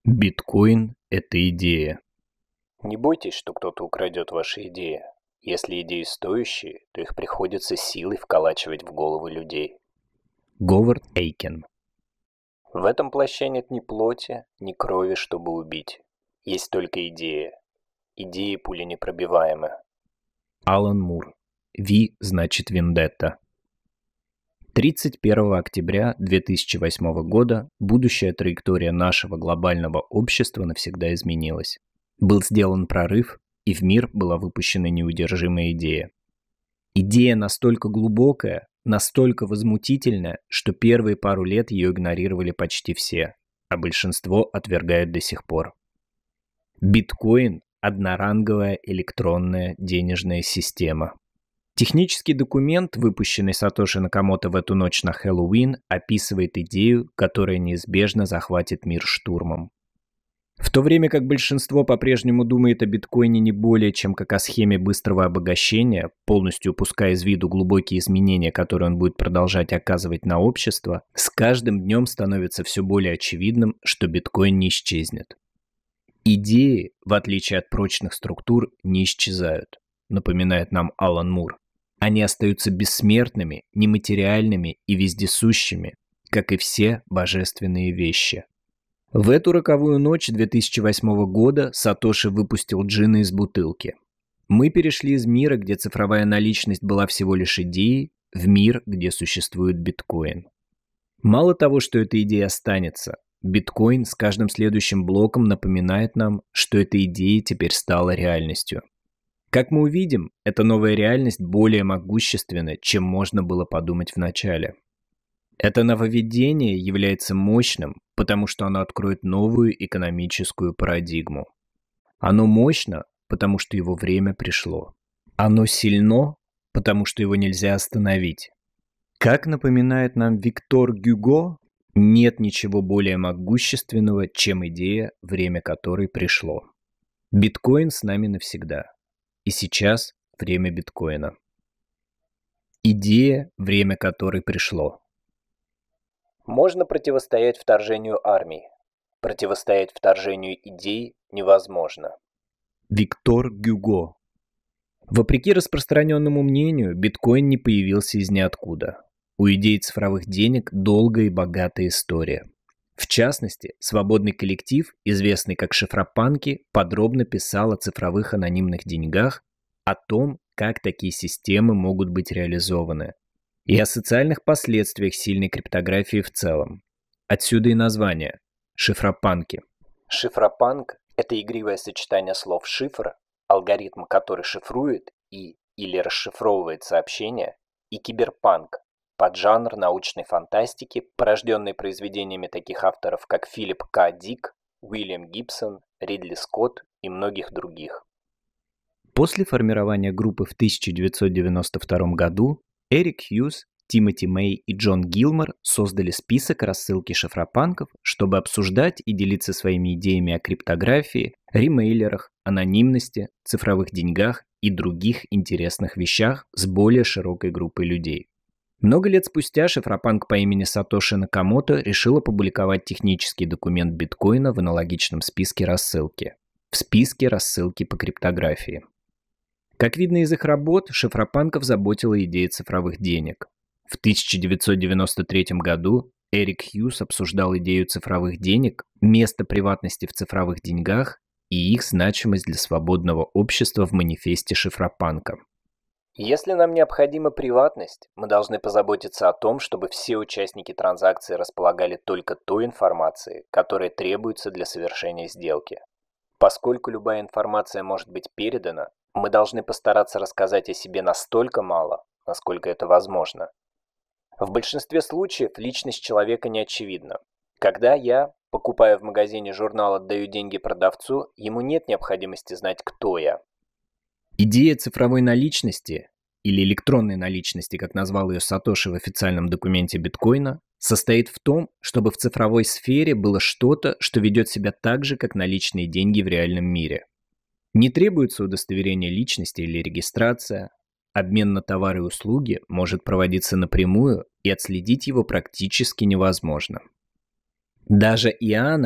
Биткоин – это идея. Не бойтесь, что кто-то украдет ваши идеи. Если идеи стоящие, то их приходится силой вколачивать в головы людей. Говард Эйкен. В этом плаще нет ни плоти, ни крови, чтобы убить. Есть только идея. Идеи пуленепробиваемы. Алан Мур. V значит вендетта. 31 октября 2008 года будущая траектория нашего глобального общества навсегда изменилась. Был сделан прорыв, и в мир была выпущена неудержимая идея. Идея настолько глубокая, настолько возмутительная, что первые пару лет ее игнорировали почти все, а большинство отвергают до сих пор. Биткоин – одноранговая электронная денежная система. Технический документ, выпущенный Сатоши Накамото в эту ночь на Хэллоуин, описывает идею, которая неизбежно захватит мир штурмом. В то время как большинство по-прежнему думает о биткоине не более чем как о схеме быстрого обогащения, полностью упуская из виду глубокие изменения, которые он будет продолжать оказывать на общество, с каждым днем становится все более очевидным, что биткоин не исчезнет. Идеи, в отличие от прочных структур, не исчезают, напоминает нам Алан Мур. Они остаются бессмертными, нематериальными и вездесущими, как и все божественные вещи. В эту роковую ночь 2008 года Сатоши выпустил джина из бутылки. Мы перешли из мира, где цифровая наличность была всего лишь идеей, в мир, где существует биткоин. Мало того, что эта идея останется, биткоин с каждым следующим блоком напоминает нам, что эта идея теперь стала реальностью. Как мы увидим, эта новая реальность более могущественна, чем можно было подумать вначале. Это нововведение является мощным, потому что оно откроет новую экономическую парадигму. Оно мощно, потому что его время пришло. Оно сильно, потому что его нельзя остановить. Как напоминает нам Виктор Гюго, нет ничего более могущественного, чем идея, время которой пришло. Биткоин с нами навсегда. И сейчас время биткоина. Идея, время которой пришло. Можно противостоять вторжению армий. Противостоять вторжению идей невозможно. Виктор Гюго. Вопреки распространенному мнению, биткоин не появился из ниоткуда. У идей цифровых денег долгая и богатая история. В частности, свободный коллектив, известный как шифропанки, подробно писал о цифровых анонимных деньгах, о том, как такие системы могут быть реализованы, и о социальных последствиях сильной криптографии в целом. Отсюда и название – шифропанки. Шифропанк – это игривое сочетание слов «шифр», алгоритм, который шифрует или расшифровывает сообщения, и киберпанк – поджанр научной фантастики, порожденный произведениями таких авторов, как Филипп К. Дик, Уильям Гибсон, Ридли Скотт и многих других. После формирования группы в 1992 году Эрик Хьюз, Тимоти Мэй и Джон Гилмор создали список рассылки шифропанков, чтобы обсуждать и делиться своими идеями о криптографии, ремейлерах, анонимности, цифровых деньгах и других интересных вещах с более широкой группой людей. Много лет спустя шифропанк по имени Сатоши Накамото решил опубликовать технический документ биткоина в аналогичном списке рассылки. В списке рассылки по криптографии. Как видно из их работ, шифропанков заботила идея цифровых денег. В 1993 году Эрик Хьюз обсуждал идею цифровых денег, место приватности в цифровых деньгах и их значимость для свободного общества в манифесте шифропанка. Если нам необходима приватность, мы должны позаботиться о том, чтобы все участники транзакции располагали только той информацией, которая требуется для совершения сделки. Поскольку любая информация может быть передана, мы должны постараться рассказать о себе настолько мало, насколько это возможно. В большинстве случаев личность человека не очевидна. Когда я, покупая в магазине журнал, отдаю деньги продавцу, ему нет необходимости знать, кто я. Идея цифровой наличности, или электронной наличности, как назвал ее Сатоши в официальном документе биткоина, состоит в том, чтобы в цифровой сфере было что-то, что ведет себя так же, как наличные деньги в реальном мире. Не требуется удостоверение личности или регистрация. Обмен на товары и услуги может проводиться напрямую, и отследить его практически невозможно. Даже Иоанна,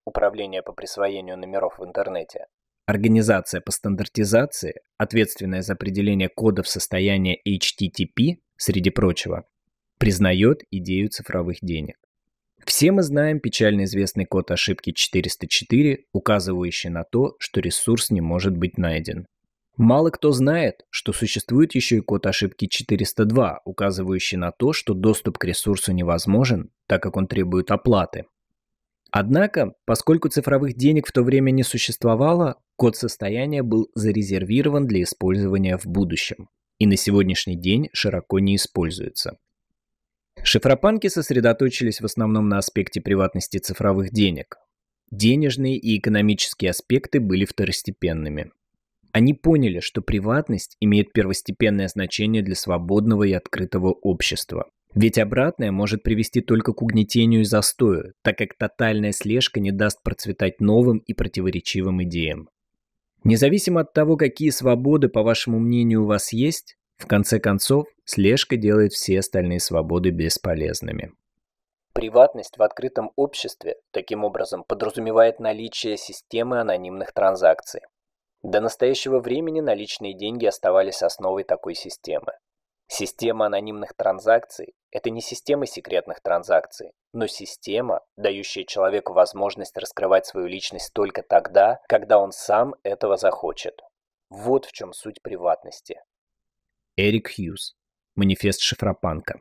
Управление по присвоению номеров в интернете, Организация по стандартизации, ответственная за определение кодов состояния HTTP, среди прочего, признает идею цифровых денег. Все мы знаем печально известный код ошибки 404, указывающий на то, что ресурс не может быть найден. Мало кто знает, что существует еще и код ошибки 402, указывающий на то, что доступ к ресурсу невозможен, так как он требует оплаты. Однако, поскольку цифровых денег в то время не существовало, код состояния был зарезервирован для использования в будущем и на сегодняшний день широко не используется. Шифропанки сосредоточились в основном на аспекте приватности цифровых денег. Денежные и экономические аспекты были второстепенными. Они поняли, что приватность имеет первостепенное значение для свободного и открытого общества. Ведь обратное может привести только к угнетению и застою, так как тотальная слежка не даст процветать новым и противоречивым идеям. Независимо от того, какие свободы, по вашему мнению, у вас есть, в конце концов, слежка делает все остальные свободы бесполезными. Приватность в открытом обществе, таким образом, подразумевает наличие системы анонимных транзакций. До настоящего времени наличные деньги оставались основой такой системы. Система анонимных транзакций – это не система секретных транзакций, но система, дающая человеку возможность раскрывать свою личность только тогда, когда он сам этого захочет. Вот в чем суть приватности. Эрик Хьюз. Манифест шифропанка.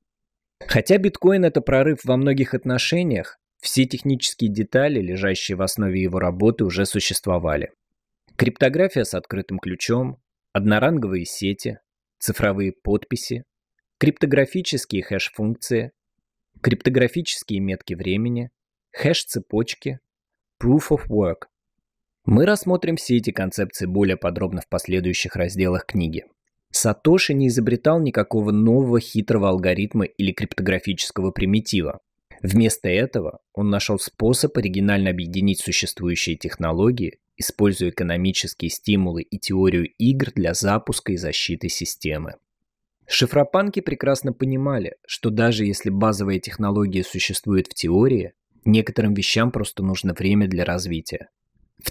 Хотя биткоин – это прорыв во многих отношениях, все технические детали, лежащие в основе его работы, уже существовали. Криптография с открытым ключом, одноранговые сети, цифровые подписи, криптографические хэш-функции, криптографические метки времени, хэш-цепочки, proof of work. Мы рассмотрим все эти концепции более подробно в последующих разделах книги. Сатоши не изобретал никакого нового хитрого алгоритма или криптографического примитива. Вместо этого он нашел способ оригинально объединить существующие технологии, используя экономические стимулы и теорию игр для запуска и защиты системы. Шифропанки прекрасно понимали, что даже если базовая технология существует в теории, некоторым вещам просто нужно время для развития. В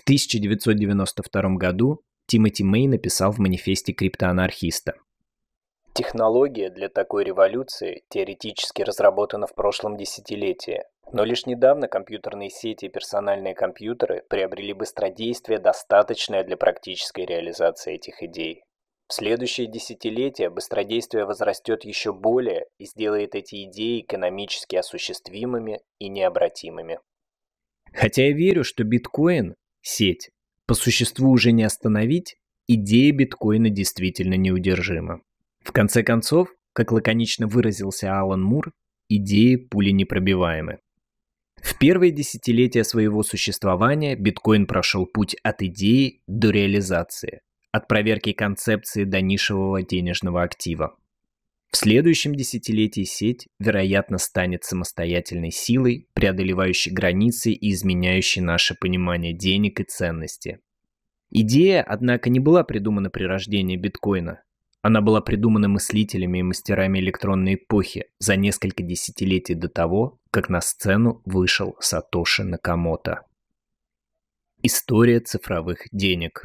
1992 году Тимоти Мэй написал в манифесте криптоанархиста: Технология для такой революции теоретически разработана в прошлом десятилетии, но лишь недавно компьютерные сети и персональные компьютеры приобрели быстродействие, достаточное для практической реализации этих идей. В следующее десятилетие быстродействие возрастет еще более и сделает эти идеи экономически осуществимыми и необратимыми. Хотя я верю, что биткоин, сеть, по существу уже не остановить, идея биткоина действительно неудержима. В конце концов, как лаконично выразился Алан Мур, идеи пуленепробиваемы. В первые десятилетия своего существования биткоин прошел путь от идеи до реализации, от проверки концепции до нишевого денежного актива. В следующем десятилетии сеть, вероятно, станет самостоятельной силой, преодолевающей границы и изменяющей наше понимание денег и ценности. Идея, однако, не была придумана при рождении биткоина. Она была придумана мыслителями и мастерами электронной эпохи за несколько десятилетий до того, как на сцену вышел Сатоши Накамото. История цифровых денег.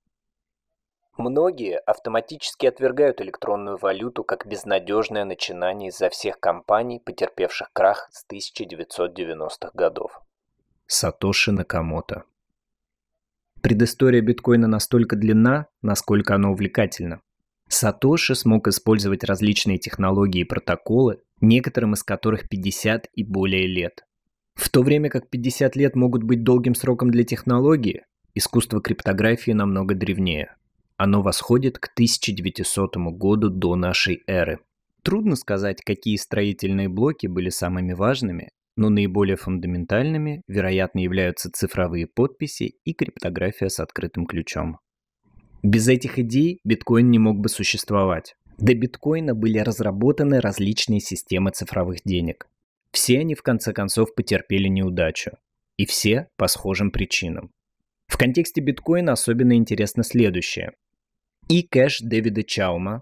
Многие автоматически отвергают электронную валюту как безнадежное начинание из-за всех компаний, потерпевших крах с 1990-х годов. Сатоши Накамото. Предыстория биткоина настолько длинна, насколько она увлекательна. Сатоши смог использовать различные технологии и протоколы, некоторым из которых 50 и более лет. В то время как 50 лет могут быть долгим сроком для технологии, искусство криптографии намного древнее. Оно восходит к 1900 году до нашей эры. Трудно сказать, какие строительные блоки были самыми важными, но наиболее фундаментальными, вероятно, являются цифровые подписи и криптография с открытым ключом. Без этих идей биткоин не мог бы существовать. До биткоина были разработаны различные системы цифровых денег. Все они в конце концов потерпели неудачу. И все по схожим причинам. В контексте биткоина особенно интересно следующее. И кэш Дэвида Чаума,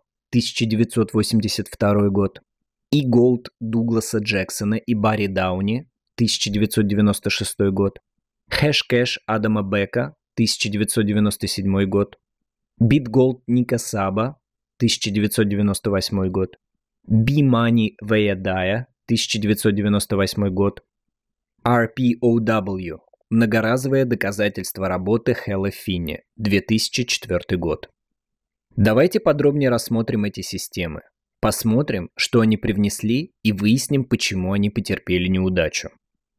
1982 год, и голд Дугласа Джексона и Барри Дауни, 1996 год, хэшкэш Адама Бека, 1997 год, BitGold Ника Саба, 1998 год, B-Money Вэйадая, 1998 год, RPOW – многоразовое доказательство работы Хэлла Финни, 2004 год. Давайте подробнее рассмотрим эти системы. Посмотрим, что они привнесли, и выясним, почему они потерпели неудачу.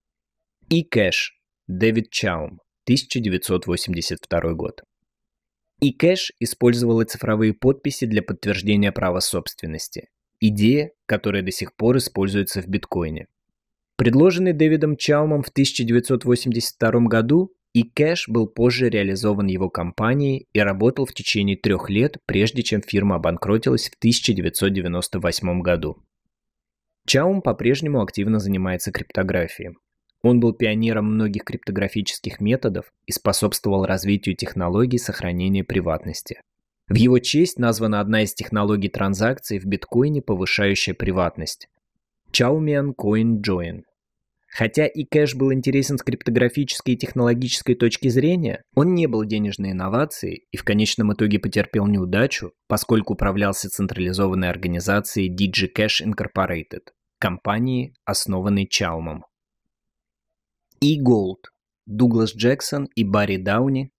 eCash Дэвид Чаум, 1982 год. eCash использовала цифровые подписи для подтверждения права собственности. Идея, которая до сих пор используется в биткоине. Предложенный Дэвидом Чаумом в 1982 году, eCash был позже реализован его компанией и работал в течение 3 лет, прежде чем фирма обанкротилась в 1998 году. Чаум по-прежнему активно занимается криптографией. Он был пионером многих криптографических методов и способствовал развитию технологий сохранения приватности. В его честь названа одна из технологий транзакций в биткоине, повышающая приватность – Chaumian Coin Join. Хотя eCash был интересен с криптографической и технологической точки зрения, он не был денежной инновацией и в конечном итоге потерпел неудачу, поскольку управлялся централизованной организацией DigiCash Incorporated, компанией, основанной Чаумом. eGold Дуглас Джексон и Барри Дауни,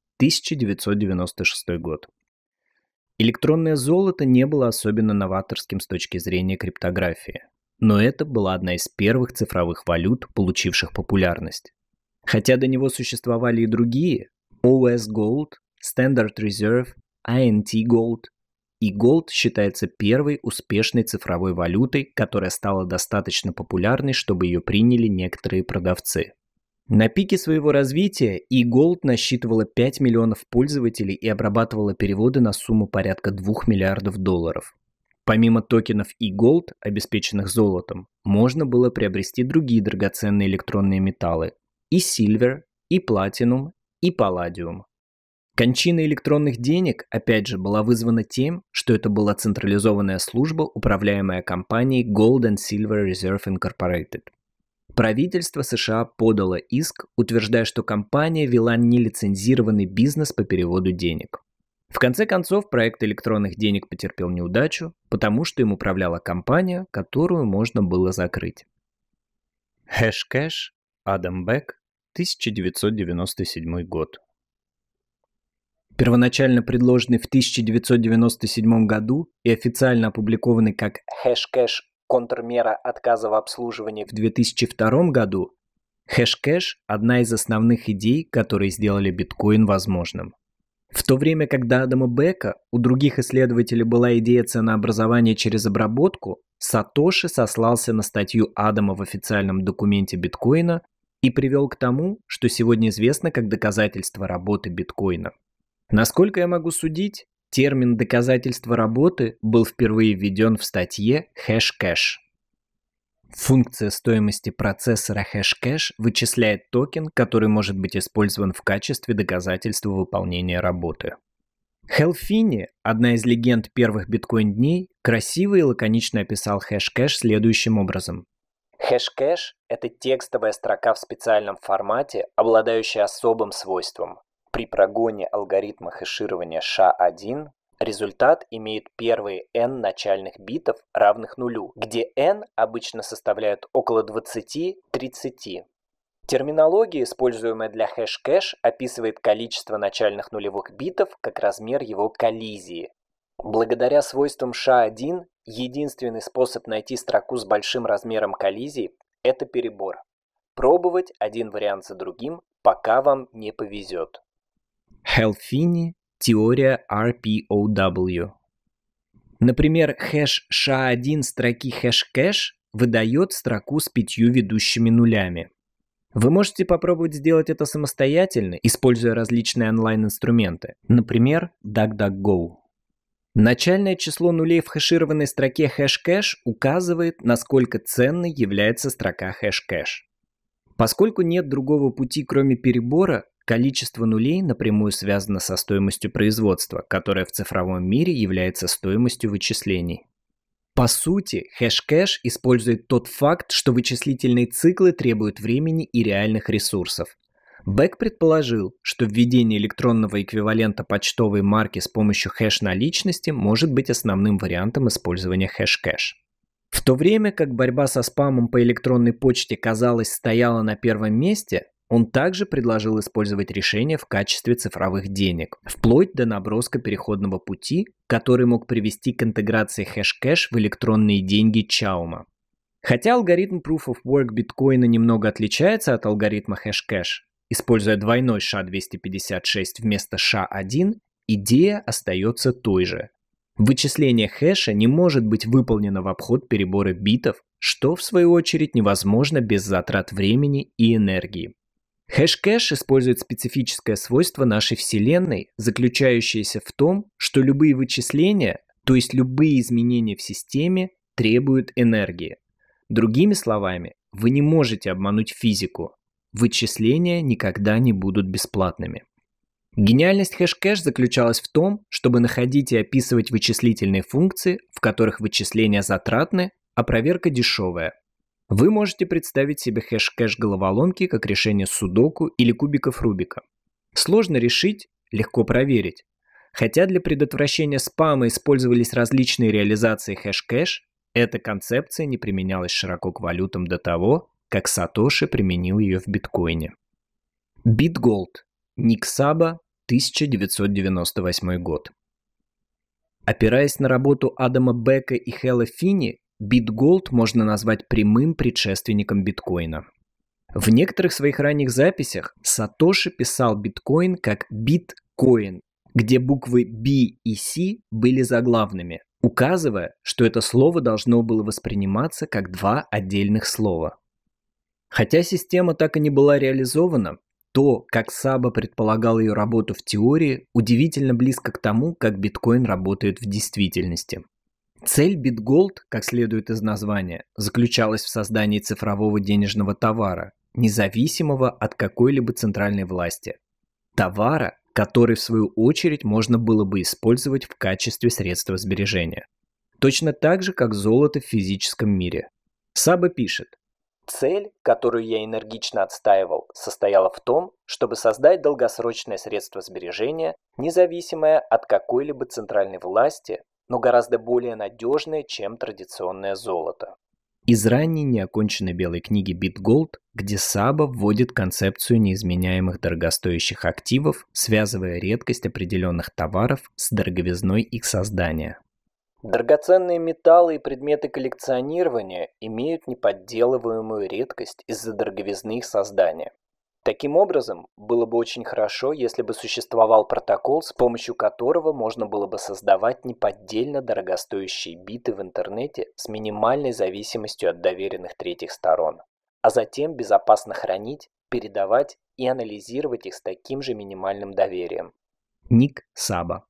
1996 год. Электронное золото не было особенно новаторским с точки зрения криптографии, но это была одна из первых цифровых валют, получивших популярность. Хотя до него существовали и другие – OS Gold, Standard Reserve, INT Gold, eGold считается первой успешной цифровой валютой, которая стала достаточно популярной, чтобы ее приняли некоторые продавцы. На пике своего развития eGold насчитывала 5 миллионов пользователей и обрабатывала переводы на сумму порядка $2 миллиардов. Помимо токенов eGold, обеспеченных золотом, можно было приобрести другие драгоценные электронные металлы – и Silver, и Platinum, и Palladium. Кончина электронных денег, опять же, была вызвана тем, что это была централизованная служба, управляемая компанией Gold and Silver Reserve Incorporated. Правительство США подало иск, утверждая, что компания вела нелицензированный бизнес по переводу денег. В конце концов, проект электронных денег потерпел неудачу, потому что им управляла компания, которую можно было закрыть. Hashcash Адам Бек, 1997 год. Первоначально предложенный в 1997 году и официально опубликованный как Hashcash контрмера отказа в обслуживании в 2002 году, Hashcash – одна из основных идей, которые сделали биткоин возможным. В то время, когда Адама Бека у других исследователей была идея ценообразования через обработку, Сатоши сослался на статью Адама в официальном документе биткоина и привел к тому, что сегодня известно как доказательство работы биткоина. Насколько я могу судить, термин «доказательство работы» был впервые введен в статье Hashcash. Функция стоимости процессора Hashcash вычисляет токен, который может быть использован в качестве доказательства выполнения работы. Хэл Финни, одна из легенд первых биткоин-дней, красиво и лаконично описал Hashcash следующим образом. Hashcash – это текстовая строка в специальном формате, обладающая особым свойством. При прогоне алгоритма хэширования SHA-1 результат имеет первые n начальных битов, равных нулю, где n обычно составляют около 20-30. Терминология, используемая для Hashcash, описывает количество начальных нулевых битов как размер его коллизии. Благодаря свойствам SHA-1, единственный способ найти строку с большим размером коллизии – это перебор. Пробовать один вариант за другим, пока вам не повезет. Хэл Финни. Теория RPOW. Например, хэш SHA-1 строки Hashcash выдает строку с 5 ведущими нулями. Вы можете попробовать сделать это самостоятельно, используя различные онлайн-инструменты, например, DuckDuckGo. Начальное число нулей в хэшированной строке Hashcash указывает, насколько ценной является строка Hashcash. Поскольку нет другого пути, кроме перебора, количество нулей напрямую связано со стоимостью производства, которая в цифровом мире является стоимостью вычислений. По сути, Hashcash использует тот факт, что вычислительные циклы требуют времени и реальных ресурсов. Бек предположил, что введение электронного эквивалента почтовой марки с помощью хэш-наличности может быть основным вариантом использования хэш-кэш. В то время как борьба со спамом по электронной почте, казалось, стояла на первом месте, он также предложил использовать решение в качестве цифровых денег, вплоть до наброска переходного пути, который мог привести к интеграции хэш-кэш в электронные деньги Чаума. Хотя алгоритм Proof of Work биткоина немного отличается от алгоритма хэш-кэш, используя двойной SHA-256 вместо SHA-1, идея остается той же. Вычисление хэша не может быть выполнено в обход перебора битов, что, в свою очередь, невозможно без затрат времени и энергии. Хэш-кэш использует специфическое свойство нашей Вселенной, заключающееся в том, что любые вычисления, то есть любые изменения в системе, требуют энергии. Другими словами, вы не можете обмануть физику. Вычисления никогда не будут бесплатными. Гениальность хэш-кэш заключалась в том, чтобы находить и описывать вычислительные функции, в которых вычисления затратны, а проверка дешевая. Вы можете представить себе хэш-кэш головоломки как решение судоку или кубиков Рубика. Сложно решить, легко проверить. Хотя для предотвращения спама использовались различные реализации хэш-кэш, эта концепция не применялась широко к валютам до того, как Сатоши применил ее в биткоине. BitGold. Ник Саба, 1998 год. Опираясь на работу Адама Бека и Хэлла Финни, BitGold можно назвать прямым предшественником биткоина. В некоторых своих ранних записях Сатоши писал биткоин как биткоин, где буквы B и C были заглавными, указывая, что это слово должно было восприниматься как два отдельных слова. Хотя система так и не была реализована, то, как Саба предполагал ее работу в теории, удивительно близко к тому, как биткоин работает в действительности. Цель BitGold, как следует из названия, заключалась в создании цифрового денежного товара, независимого от какой-либо центральной власти. Товара, который в свою очередь можно было бы использовать в качестве средства сбережения. Точно так же, как золото в физическом мире. Саба пишет: «Цель, которую я энергично отстаивал, состояла в том, чтобы создать долгосрочное средство сбережения, независимое от какой-либо центральной власти, но гораздо более надежное, чем традиционное золото». Из ранней неоконченной белой книги BitGold, где Саба вводит концепцию неизменяемых дорогостоящих активов, связывая редкость определенных товаров с дороговизной их создания. Драгоценные металлы и предметы коллекционирования имеют неподделываемую редкость из-за дороговизны их создания. Таким образом, было бы очень хорошо, если бы существовал протокол, с помощью которого можно было бы создавать неподдельно дорогостоящие биты в интернете с минимальной зависимостью от доверенных третьих сторон, а затем безопасно хранить, передавать и анализировать их с таким же минимальным доверием. Ник Саба.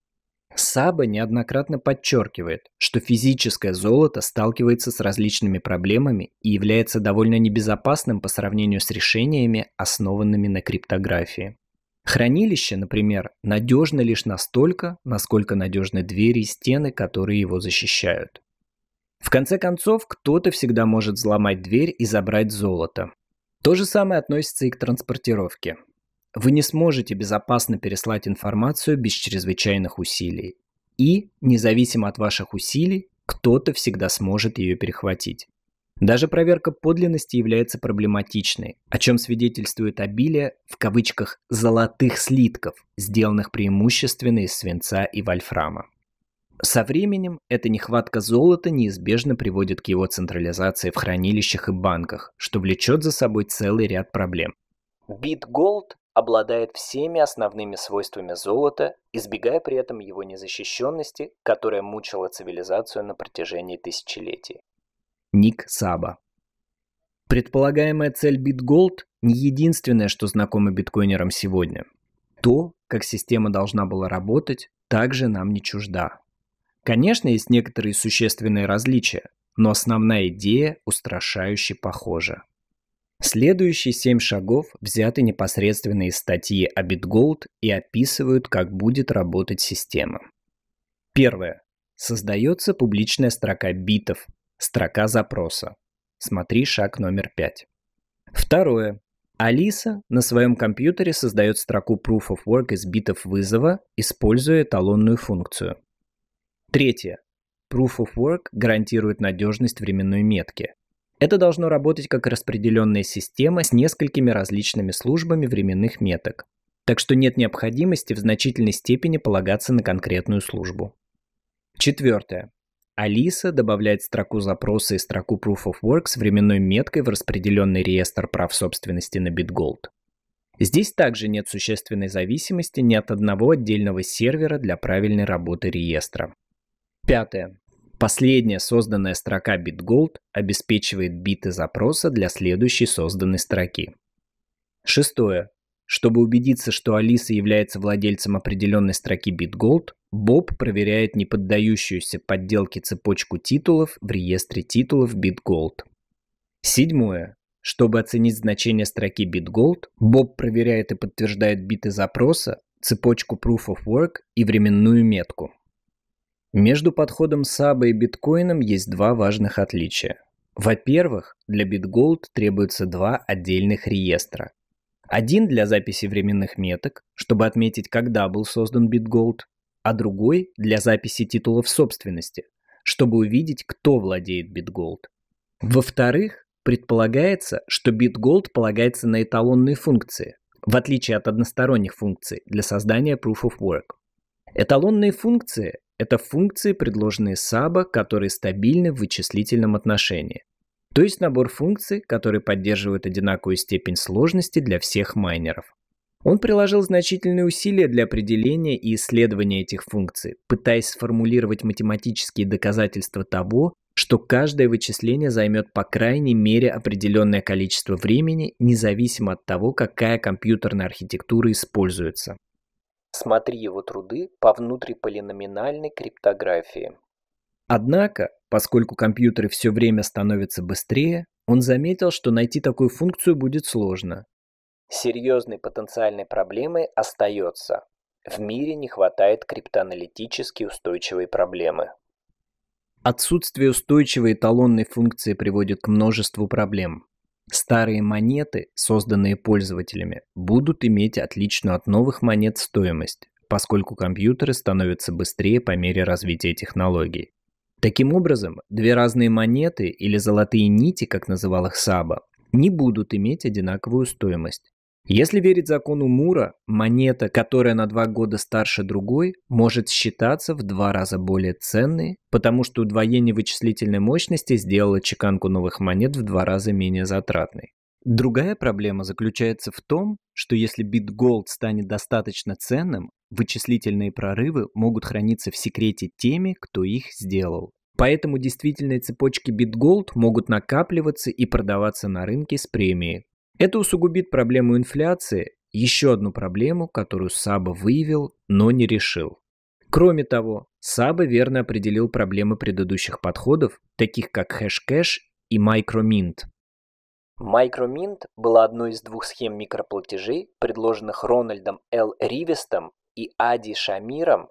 Саба неоднократно подчеркивает, что физическое золото сталкивается с различными проблемами и является довольно небезопасным по сравнению с решениями, основанными на криптографии. Хранилище, например, надежно лишь настолько, насколько надежны двери и стены, которые его защищают. В конце концов, кто-то всегда может взломать дверь и забрать золото. То же самое относится и к транспортировке. Вы не сможете безопасно переслать информацию без чрезвычайных усилий. И, независимо от ваших усилий, кто-то всегда сможет ее перехватить. Даже проверка подлинности является проблематичной, о чем свидетельствует обилие, в кавычках, «золотых слитков», сделанных преимущественно из свинца и вольфрама. Со временем эта нехватка золота неизбежно приводит к его централизации в хранилищах и банках, что влечет за собой целый ряд проблем. BitGold обладает всеми основными свойствами золота, избегая при этом его незащищенности, которая мучила цивилизацию на протяжении тысячелетий. Ник Саба. Предполагаемая цель BitGold не единственное, что знакомо биткоинерам сегодня. То, как система должна была работать, также нам не чужда. Конечно, есть некоторые существенные различия, но основная идея устрашающе похожа. Следующие 7 шагов взяты непосредственно из статьи о BitGold и описывают, как будет работать система. Первое. Создается публичная строка битов, строка запроса. Смотри шаг номер 5. Второе. Алиса на своем компьютере создает строку Proof of Work из битов вызова, используя эталонную функцию. Третье. Proof of Work гарантирует надежность временной метки. Это должно работать как распределенная система с несколькими различными службами временных меток, так что нет необходимости в значительной степени полагаться на конкретную службу. Четвертое. Алиса добавляет строку запроса и строку Proof of Work с временной меткой в распределенный реестр прав собственности на BitGold. Здесь также нет существенной зависимости ни от одного отдельного сервера для правильной работы реестра. Пятое. Последняя созданная строка BitGold обеспечивает биты запроса для следующей созданной строки. Шестое. Чтобы убедиться, что Алиса является владельцем определенной строки BitGold, Боб проверяет неподдающуюся подделке цепочку титулов в реестре титулов BitGold. Седьмое. Чтобы оценить значение строки BitGold, Боб проверяет и подтверждает биты запроса, цепочку Proof of Work и временную метку. Между подходом SABA и биткоином есть два важных отличия. Во-первых, для BitGold требуется два отдельных реестра. Один для записи временных меток, чтобы отметить, когда был создан BitGold, а другой для записи титулов собственности, чтобы увидеть, кто владеет BitGold. Во-вторых, предполагается, что BitGold полагается на эталонные функции, в отличие от односторонних функций для создания Proof of Work. Эталонные функции – это функции, предложенные SABA, которые стабильны в вычислительном отношении. То есть набор функций, которые поддерживают одинаковую степень сложности для всех майнеров. Он приложил значительные усилия для определения и исследования этих функций, пытаясь сформулировать математические доказательства того, что каждое вычисление займет по крайней мере определенное количество времени, независимо от того, какая компьютерная архитектура используется. Смотри его труды по внутриполиномиальной криптографии. Однако, поскольку компьютеры все время становятся быстрее, он заметил, что найти такую функцию будет сложно. Серьезной потенциальной проблемой остается. В мире не хватает криптоаналитически устойчивой проблемы. Отсутствие устойчивой эталонной функции приводит к множеству проблем. Старые монеты, созданные пользователями, будут иметь отличную от новых монет стоимость, поскольку компьютеры становятся быстрее по мере развития технологий. Таким образом, две разные монеты, или золотые нити, как называл их SABA, не будут иметь одинаковую стоимость. Если верить закону Мура, монета, которая на 2 года старше другой, может считаться в 2 раза более ценной, потому что удвоение вычислительной мощности сделало чеканку новых монет в 2 раза менее затратной. Другая проблема заключается в том, что если BitGold станет достаточно ценным, вычислительные прорывы могут храниться в секрете теми, кто их сделал. Поэтому действительные цепочки BitGold могут накапливаться и продаваться на рынке с премией. Это усугубит проблему инфляции, еще одну проблему, которую SABA выявил, но не решил. Кроме того, SABA верно определил проблемы предыдущих подходов, таких как хэш-кэш и micromint. Micromint была одной из 2 схем микроплатежей, предложенных Рональдом Л. Ривестом и Ади Шамиром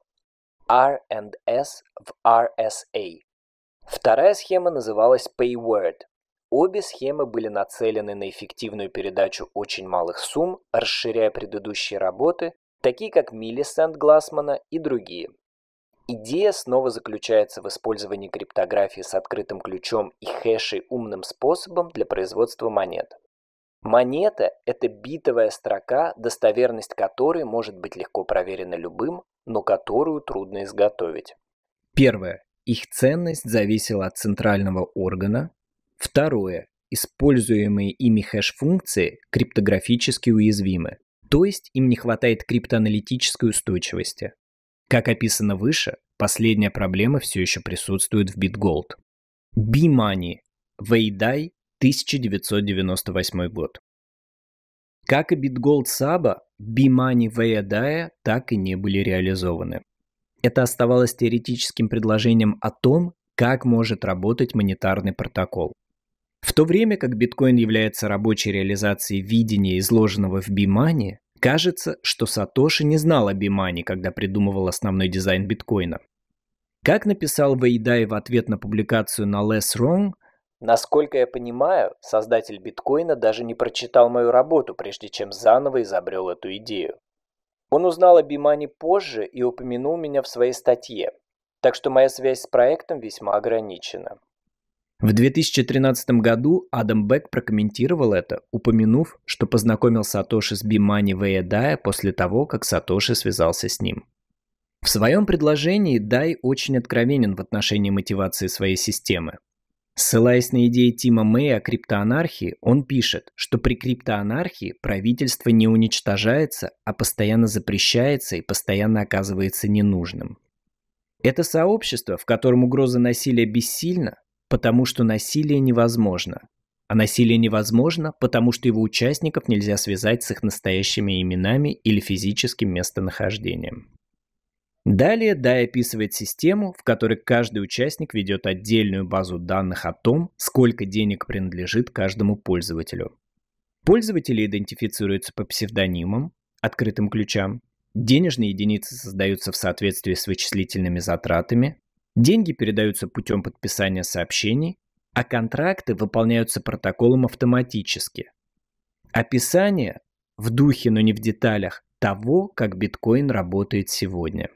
R&S в RSA. Вторая схема называлась Payword. Обе схемы были нацелены на эффективную передачу очень малых сумм, расширяя предыдущие работы, такие как Миллисент Глассмана и другие. Идея снова заключается в использовании криптографии с открытым ключом и хэшей умным способом для производства монет. Монета – это битовая строка, достоверность которой может быть легко проверена любым, но которую трудно изготовить. Первое. Их ценность зависела от центрального органа. Второе. Используемые ими хэш-функции криптографически уязвимы, то есть им не хватает криптоаналитической устойчивости. Как описано выше, последняя проблема все еще присутствует в BitGold. B-Money. Wei Dai, 1998 год. Как и BitGold SABA, B-Money Wei Dai так и не были реализованы. Это оставалось теоретическим предложением о том, как может работать монетарный протокол. В то время как биткоин является рабочей реализацией видения, изложенного в B-Money, кажется, что Сатоши не знал о B-Money, когда придумывал основной дизайн биткоина. Как написал Wei Dai в ответ на публикацию на Less Wrong, Насколько я понимаю, создатель биткоина даже не прочитал мою работу, прежде чем заново изобрел эту идею. Он узнал о Бимане позже и упомянул меня в своей статье, так что моя связь с проектом весьма ограничена. В 2013 году Адам Бек прокомментировал это, упомянув, что познакомил Сатоши с Бимани Вэя Дая после того, как Сатоши связался с ним. В своем предложении Дай очень откровенен в отношении мотивации своей системы. Ссылаясь на идеи Тима Мэя о криптоанархии, он пишет, что при криптоанархии правительство не уничтожается, а постоянно запрещается и постоянно оказывается ненужным. Это сообщество, в котором угроза насилия бессильна, потому что насилие невозможно. А насилие невозможно, потому что его участников нельзя связать с их настоящими именами или физическим местонахождением. Далее Дай описывает систему, в которой каждый участник ведет отдельную базу данных о том, сколько денег принадлежит каждому пользователю. Пользователи идентифицируются по псевдонимам, открытым ключам, денежные единицы создаются в соответствии с вычислительными затратами, деньги передаются путем подписания сообщений, а контракты выполняются протоколом автоматически. Описание в духе, но не в деталях, того, как биткоин работает сегодня.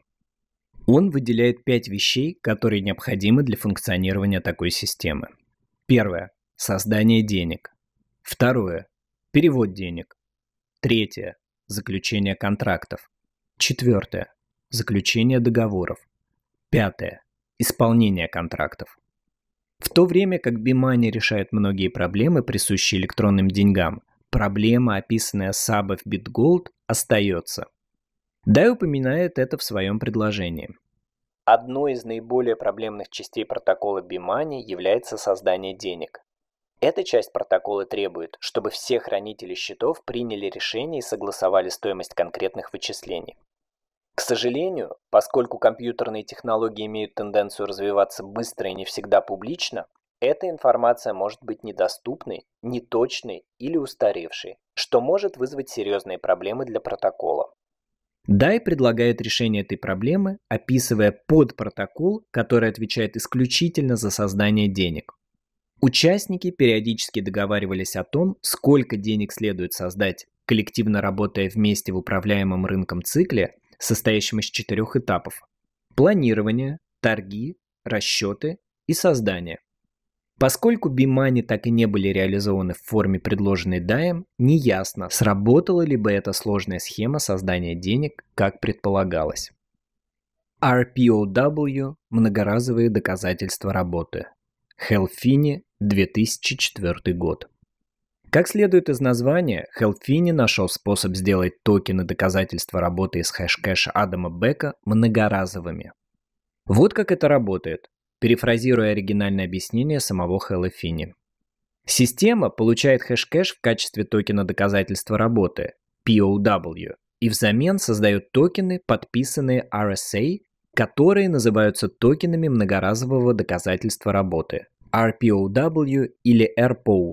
Он выделяет 5 вещей, которые необходимы для функционирования такой системы. Первое – создание денег. Второе – перевод денег. Третье – заключение контрактов. Четвертое – заключение договоров. Пятое – исполнение контрактов. В то время как Бимани решает многие проблемы, присущие электронным деньгам, проблема, описанная Сабо в BitGold, остается. Дай упоминает это в своем предложении. Одной из наиболее проблемных частей протокола Бимани является создание денег. Эта часть протокола требует, чтобы все хранители счетов приняли решение и согласовали стоимость конкретных вычислений. К сожалению, поскольку компьютерные технологии имеют тенденцию развиваться быстро и не всегда публично, эта информация может быть недоступной, неточной или устаревшей, что может вызвать серьезные проблемы для протокола. Дай предлагает решение этой проблемы, описывая подпротокол, который отвечает исключительно за создание денег. Участники периодически договаривались о том, сколько денег следует создать, коллективно работая вместе в управляемом рынком цикле, состоящем из 4 этапов: планирование, торги, расчеты и создание. Поскольку Бимани так и не были реализованы в форме, предложенной Даем, неясно, сработала ли бы эта сложная схема создания денег, как предполагалось. RPOW – многоразовые доказательства работы. Хелл-Финни, 2004 год. Как следует из названия, Хелл-Финни нашел способ сделать токены доказательства работы из хэшкэша Адама Бека многоразовыми. Вот как это работает, перефразируя оригинальное объяснение самого Хелл-Финни. Система получает хэшкэш в качестве токена доказательства работы, POW, и взамен создает токены, подписанные RSA, которые называются токенами многоразового доказательства работы, RPOW или RPOW.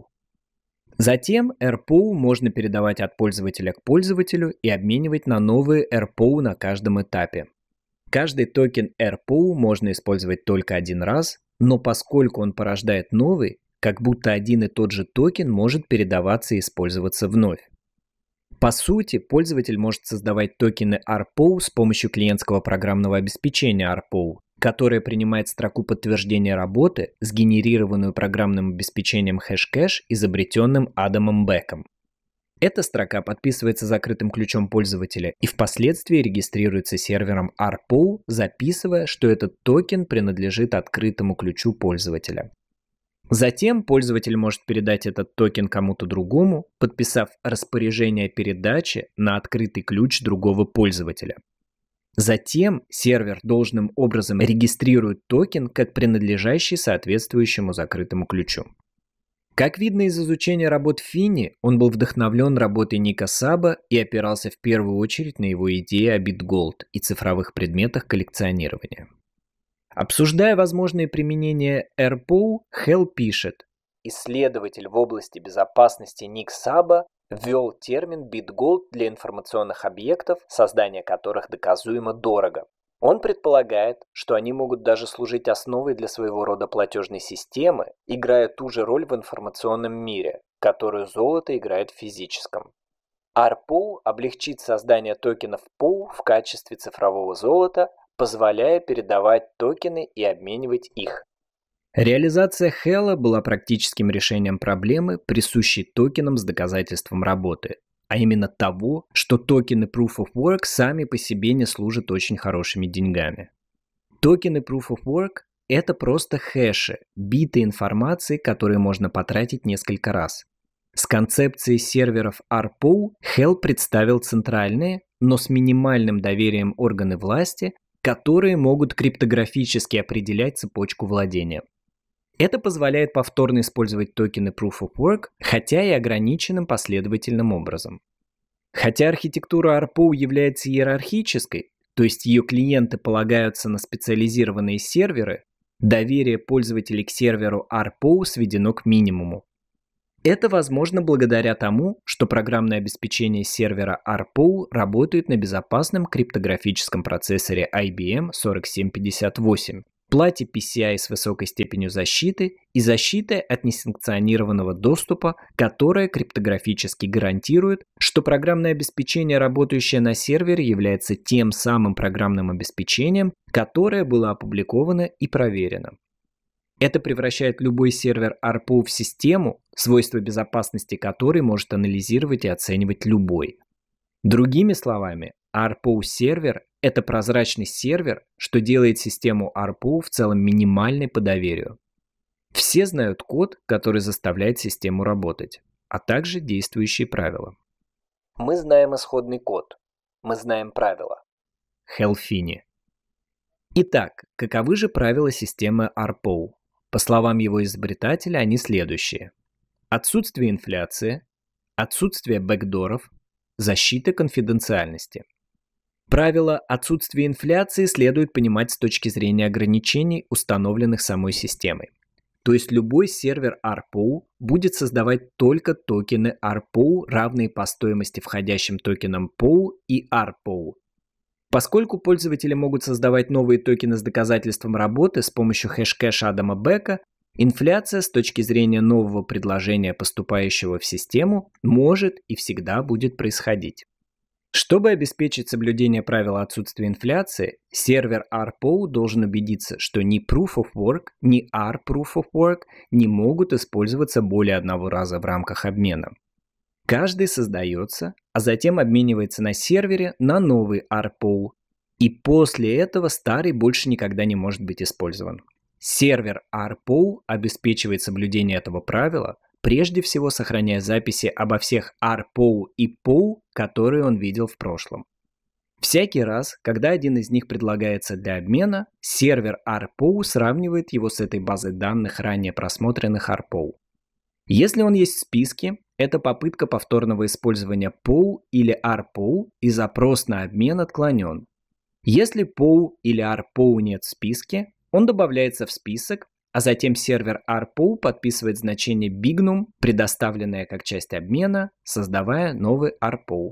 Затем RPOW можно передавать от пользователя к пользователю и обменивать на новые RPOW на каждом этапе. Каждый токен RPOW можно использовать только один раз, но поскольку он порождает новый, как будто один и тот же токен может передаваться и использоваться вновь. По сути, пользователь может создавать токены RPOW с помощью клиентского программного обеспечения RPOW, которое принимает строку подтверждения работы, сгенерированную программным обеспечением хэшкэш, изобретенным Адамом Беком. Эта строка подписывается закрытым ключом пользователя и впоследствии регистрируется сервером RPOW, записывая, что этот токен принадлежит открытому ключу пользователя. Затем пользователь может передать этот токен кому-то другому, подписав распоряжение передачи на открытый ключ другого пользователя. Затем сервер должным образом регистрирует токен как принадлежащий соответствующему закрытому ключу. Как видно из изучения работ Финни, он был вдохновлен работой Ника Сабо и опирался в первую очередь на его идеи о BitGold и цифровых предметах коллекционирования. Обсуждая возможные применения RPOW, Хелл пишет: исследователь в области безопасности Ник Сабо ввел термин BitGold для информационных объектов, создание которых доказуемо дорого. Он предполагает, что они могут даже служить основой для своего рода платежной системы, играя ту же роль в информационном мире, которую золото играет в физическом. ARPU облегчит создание токенов POW в качестве цифрового золота, позволяя передавать токены и обменивать их. Реализация Hell была практическим решением проблемы, присущей токенам с доказательством работы, а именно того, что токены Proof of Work сами по себе не служат очень хорошими деньгами. Токены Proof of Work – это просто хэши, биты информации, которые можно потратить несколько раз. С концепцией серверов ARPU Hell представил центральные, но с минимальным доверием органы власти, которые могут криптографически определять цепочку владения. Это позволяет повторно использовать токены Proof of Work, хотя и ограниченным последовательным образом. Хотя архитектура ARPU является иерархической, то есть ее клиенты полагаются на специализированные серверы, доверие пользователей к серверу ARPU сведено к минимуму. Это возможно благодаря тому, что программное обеспечение сервера ARPU работает на безопасном криптографическом процессоре IBM 4758, плате PCI с высокой степенью защиты и защитой от несанкционированного доступа, которая криптографически гарантирует, что программное обеспечение, работающее на сервере, является тем самым программным обеспечением, которое было опубликовано и проверено. Это превращает любой сервер ARPU в систему, свойства безопасности которой может анализировать и оценивать любой. Другими словами, ARPU-сервер – это прозрачный сервер, что делает систему ARPU в целом минимальной по доверию. Все знают код, который заставляет систему работать, а также действующие правила. Мы знаем исходный код. Мы знаем правила. Hell Finney. Итак, каковы же правила системы ARPU? По словам его изобретателя, они следующие. Отсутствие инфляции, отсутствие бэкдоров, защита конфиденциальности. Правило отсутствия инфляции следует понимать с точки зрения ограничений, установленных самой системой. То есть любой сервер ARPU будет создавать только токены ARPU, равные по стоимости входящим токенам POW и ARPU. Поскольку пользователи могут создавать новые токены с доказательством работы с помощью хэшкэша Адама Бека, инфляция с точки зрения нового предложения, поступающего в систему, может и всегда будет происходить. Чтобы обеспечить соблюдение правила отсутствия инфляции, сервер ARPU должен убедиться, что ни Proof of Work, ни R-Proof of Work не могут использоваться более одного раза в рамках обмена. Каждый создается, а затем обменивается на сервере на новый ARPU, и после этого старый больше никогда не может быть использован. Сервер ARPU обеспечивает соблюдение этого правила, прежде всего сохраняя записи обо всех ARPU и POW, которые он видел в прошлом. Всякий раз, когда один из них предлагается для обмена, сервер ARPU сравнивает его с этой базой данных ранее просмотренных ARPU. Если он есть в списке, это попытка повторного использования POW или RPOW, и запрос на обмен отклонен. Если POW или RPOW нет в списке, он добавляется в список, а затем сервер RPOW подписывает значение Bignum, предоставленное как часть обмена, создавая новый RPOW.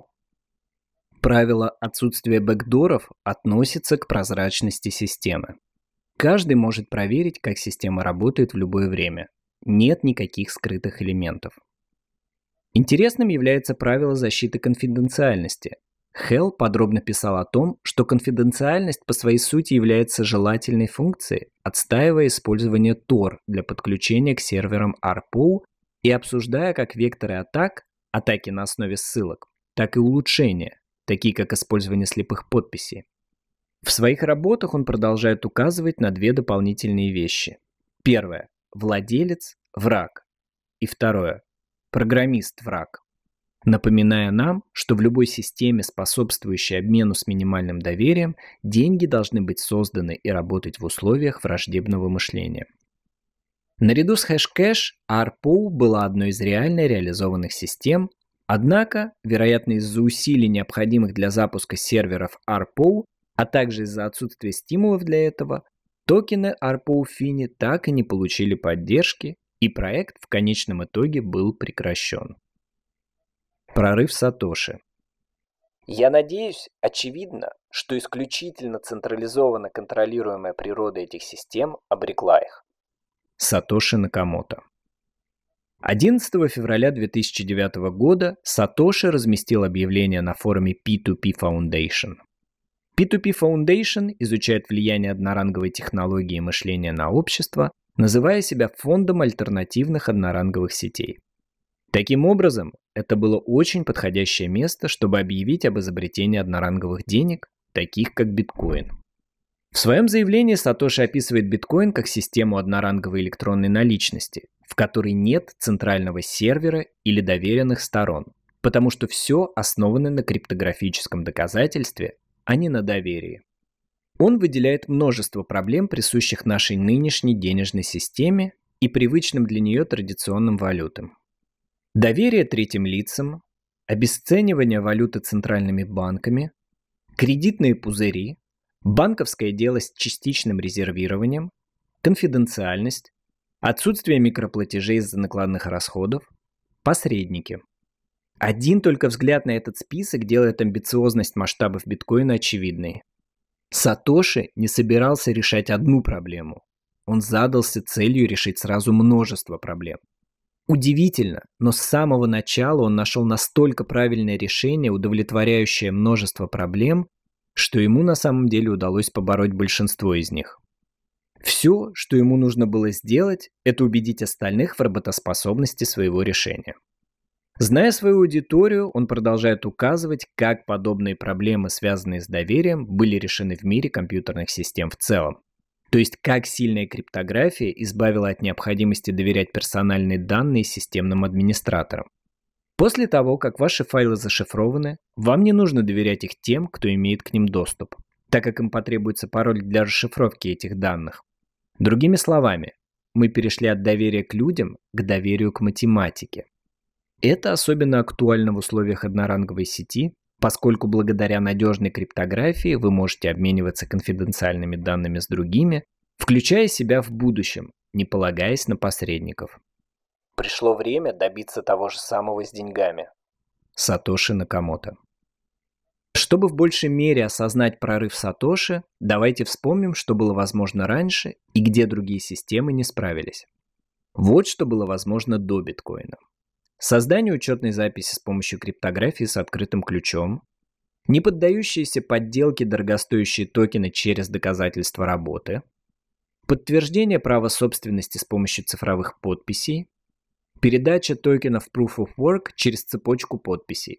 Правило отсутствия бэкдоров относится к прозрачности системы. Каждый может проверить, как система работает в любое время. Нет никаких скрытых элементов. Интересным является правило защиты конфиденциальности. Hell подробно писал о том, что конфиденциальность по своей сути является желательной функцией, отстаивая использование Tor для подключения к серверам RPOW и обсуждая как векторы атак, атаки на основе ссылок, так и улучшения, такие как использование слепых подписей. В своих работах он продолжает указывать на две дополнительные вещи. Первое – владелец – враг. И второе – программист – враг. Напоминая нам, что в любой системе, способствующей обмену с минимальным доверием, деньги должны быть созданы и работать в условиях враждебного мышления. Наряду с хэшкэш, RPOW была одной из реально реализованных систем, однако, вероятно, из-за усилий, необходимых для запуска серверов RPOW, а также из-за отсутствия стимулов для этого, токены RPOW Finney так и не получили поддержки, и проект в конечном итоге был прекращен. Прорыв Сатоши. Я надеюсь, очевидно, что исключительно централизованно контролируемая природа этих систем обрекла их. Сатоши Накамото. 11 февраля 2009 года Сатоши разместил объявление на форуме P2P Foundation. P2P Foundation изучает влияние одноранговой технологии мышления на общество, называя себя фондом альтернативных одноранговых сетей. Таким образом, это было очень подходящее место, чтобы объявить об изобретении одноранговых денег, таких как биткоин. В своем заявлении Сатоши описывает биткоин как систему одноранговой электронной наличности, в которой нет центрального сервера или доверенных сторон, потому что все основано на криптографическом доказательстве, а не на доверии. Он выделяет множество проблем, присущих нашей нынешней денежной системе и привычным для нее традиционным валютам. Доверие третьим лицам, обесценивание валюты центральными банками, кредитные пузыри, банковское дело с частичным резервированием, конфиденциальность, отсутствие микроплатежей из-за накладных расходов, посредники. Один только взгляд на этот список делает амбициозность масштабов биткоина очевидной. Сатоши не собирался решать одну проблему. Он задался целью решить сразу множество проблем. Удивительно, но с самого начала он нашел настолько правильное решение, удовлетворяющее множество проблем, что ему на самом деле удалось побороть большинство из них. Все, что ему нужно было сделать, это убедить остальных в работоспособности своего решения. Зная свою аудиторию, он продолжает указывать, как подобные проблемы, связанные с доверием, были решены в мире компьютерных систем в целом. То есть, как сильная криптография избавила от необходимости доверять персональные данные системным администраторам. После того, как ваши файлы зашифрованы, вам не нужно доверять их тем, кто имеет к ним доступ, так как им потребуется пароль для расшифровки этих данных. Другими словами, мы перешли от доверия к людям к доверию к математике. Это особенно актуально в условиях одноранговой сети, поскольку благодаря надежной криптографии вы можете обмениваться конфиденциальными данными с другими, включая себя в будущем, не полагаясь на посредников. Пришло время добиться того же самого с деньгами. Сатоши Накамото. Чтобы в большей мере осознать прорыв Сатоши, давайте вспомним, что было возможно раньше и где другие системы не справились. Вот что было возможно до биткоина. Создание учетной записи с помощью криптографии с открытым ключом, не поддающиеся подделке дорогостоящие токены через доказательство работы, подтверждение права собственности с помощью цифровых подписей, передача токенов Proof of Work через цепочку подписей.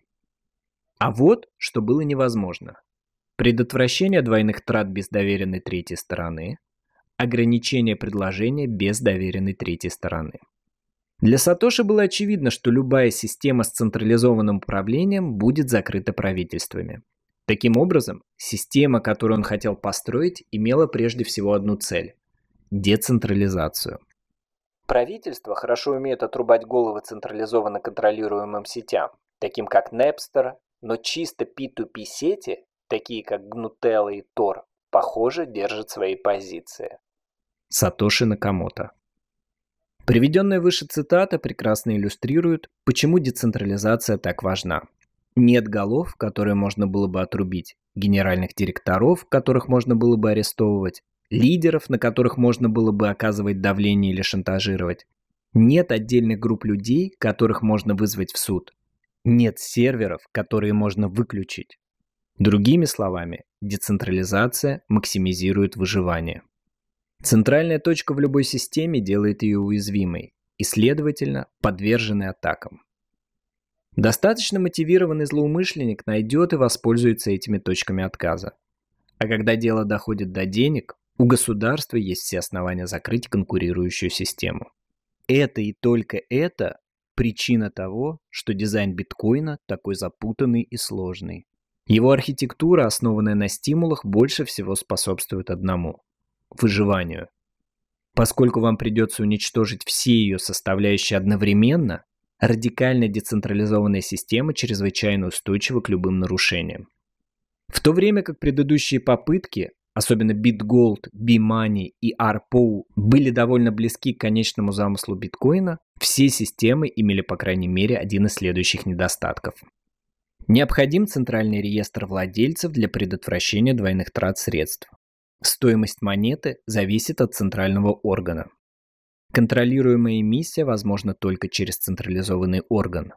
А вот что было невозможно. Предотвращение двойных трат без доверенной третьей стороны, ограничение предложения без доверенной третьей стороны. Для Сатоши было очевидно, что любая система с централизованным управлением будет закрыта правительствами. Таким образом, система, которую он хотел построить, имела прежде всего одну цель – децентрализацию. Правительства хорошо умеют отрубать головы централизованно контролируемым сетям, таким как Napster, но чисто P2P сети, такие как Gnutella и Tor, похоже, держат свои позиции. Сатоши Накамото. Приведенная выше цитата прекрасно иллюстрирует, почему децентрализация так важна. Нет голов, которые можно было бы отрубить, генеральных директоров, которых можно было бы арестовывать, лидеров, на которых можно было бы оказывать давление или шантажировать. Нет отдельных групп людей, которых можно вызвать в суд. Нет серверов, которые можно выключить. Другими словами, децентрализация максимизирует выживание. Центральная точка в любой системе делает ее уязвимой и, следовательно, подверженной атакам. Достаточно мотивированный злоумышленник найдет и воспользуется этими точками отказа. А когда дело доходит до денег, у государства есть все основания закрыть конкурирующую систему. Это и только это причина того, что дизайн биткоина такой запутанный и сложный. Его архитектура, основанная на стимулах, больше всего способствует одному – выживанию. Поскольку вам придется уничтожить все ее составляющие одновременно, радикально децентрализованная система чрезвычайно устойчива к любым нарушениям. В то время как предыдущие попытки, особенно BitGold, B-Money и RPO, были довольно близки к конечному замыслу биткоина, все системы имели по крайней мере один из следующих недостатков. Необходим центральный реестр владельцев для предотвращения двойных трат средств. Стоимость монеты зависит от центрального органа. Контролируемая эмиссия возможна только через централизованный орган.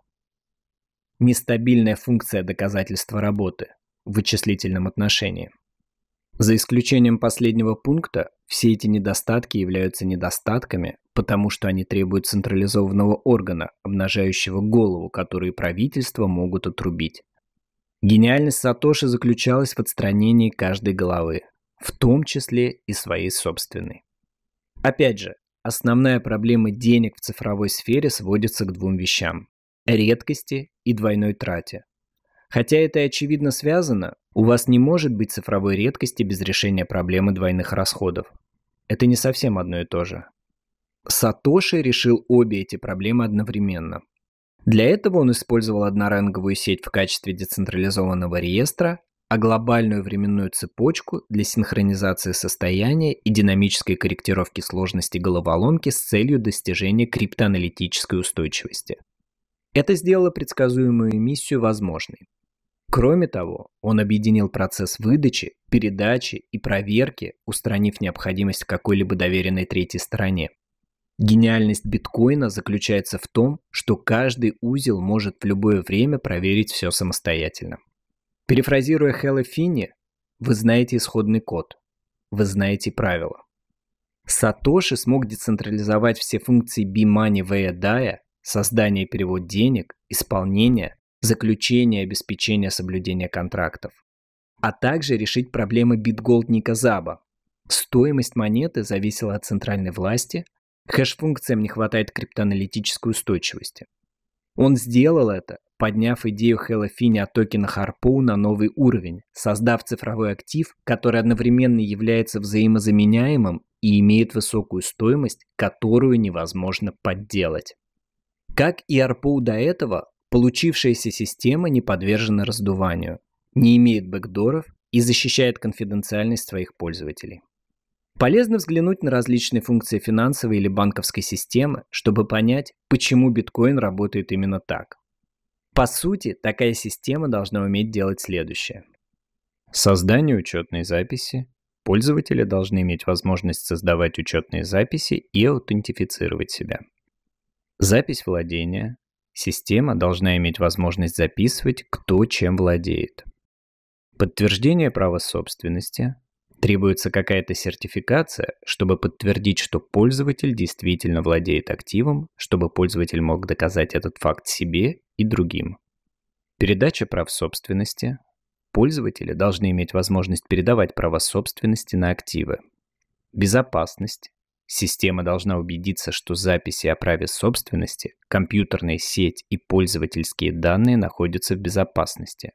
Нестабильная функция доказательства работы в вычислительном отношении. За исключением последнего пункта, все эти недостатки являются недостатками, потому что они требуют централизованного органа, обнажающего голову, который правительства могут отрубить. Гениальность Сатоши заключалась в отстранении каждой головы, в том числе и своей собственной. Опять же, основная проблема денег в цифровой сфере сводится к двум вещам – редкости и двойной трате. Хотя это и очевидно связано, у вас не может быть цифровой редкости без решения проблемы двойных расходов. Это не совсем одно и то же. Сатоши решил обе эти проблемы одновременно. Для этого он использовал одноранговую сеть в качестве децентрализованного реестра, а глобальную временную цепочку для синхронизации состояния и динамической корректировки сложности головоломки с целью достижения криптоаналитической устойчивости. Это сделало предсказуемую эмиссию возможной. Кроме того, он объединил процесс выдачи, передачи и проверки, устранив необходимость в какой-либо доверенной третьей стороне. Гениальность биткоина заключается в том, что каждый узел может в любое время проверить все самостоятельно. Перефразируя Хэлла Финни, вы знаете исходный код, вы знаете правила. Сатоши смог децентрализовать все функции B-Money Wayadaya, создание и перевод денег, исполнение, заключение и обеспечение соблюдения контрактов, а также решить проблемы BitGold Ника Заба. Стоимость монеты зависела от центральной власти, хэш-функциям не хватает криптоаналитической устойчивости. Он сделал это, подняв идею Хэлла Финни о токенах Harpo на новый уровень, создав цифровой актив, который одновременно является взаимозаменяемым и имеет высокую стоимость, которую невозможно подделать. Как и Harpo до этого, получившаяся система не подвержена раздуванию, не имеет бэкдоров и защищает конфиденциальность своих пользователей. Полезно взглянуть на различные функции финансовой или банковской системы, чтобы понять, почему биткоин работает именно так. По сути, такая система должна уметь делать следующее. Создание учетной записи. Пользователи должны иметь возможность создавать учетные записи и аутентифицировать себя. Запись владения. Система должна иметь возможность записывать, кто чем владеет. Подтверждение права собственности. Требуется какая-то сертификация, чтобы подтвердить, что пользователь действительно владеет активом, чтобы пользователь мог доказать этот факт себе и другим. Передача прав собственности. Пользователи должны иметь возможность передавать права собственности на активы. Безопасность. Система должна убедиться, что записи о праве собственности, компьютерная сеть и пользовательские данные находятся в безопасности.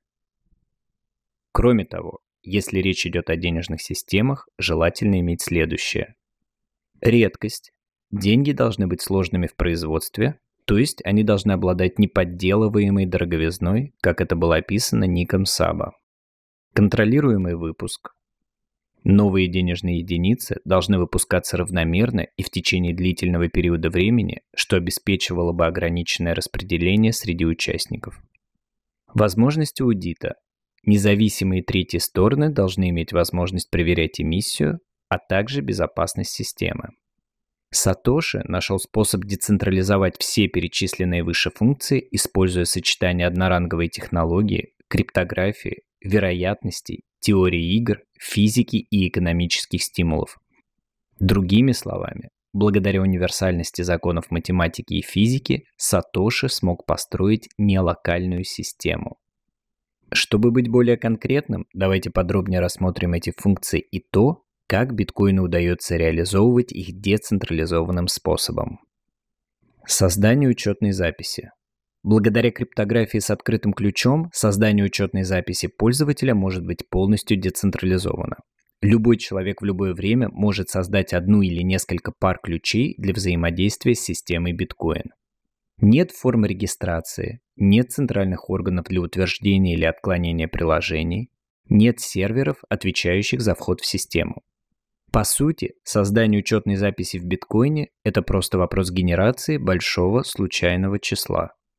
Кроме того, если речь идет о денежных системах, желательно иметь следующее. Редкость. Деньги должны быть сложными в производстве, то есть они должны обладать неподделываемой дороговизной, как это было описано Ником Саба. Контролируемый выпуск. Новые денежные единицы должны выпускаться равномерно и в течение длительного периода времени, что обеспечивало бы ограниченное распределение среди участников. Возможность аудита. Независимые третьи стороны должны иметь возможность проверять эмиссию, а также безопасность системы. Сатоши нашел способ децентрализовать все перечисленные выше функции, используя сочетание одноранговой технологии, криптографии, вероятностей, теории игр, физики и экономических стимулов. Другими словами, благодаря универсальности законов математики и физики, Сатоши смог построить нелокальную систему. Чтобы быть более конкретным, давайте подробнее рассмотрим эти функции и то, как биткоину удается реализовывать их децентрализованным способом. Создание учетной записи. Благодаря криптографии с открытым ключом, создание учетной записи пользователя может быть полностью децентрализовано. Любой человек в любое время может создать одну или несколько пар ключей для взаимодействия с системой биткоин. Нет форм регистрации, нет центральных органов для утверждения или отклонения приложений, нет серверов, отвечающих за вход в систему. По сути, создание учетной записи в биткоине – это просто вопрос генерации большого случайного числа.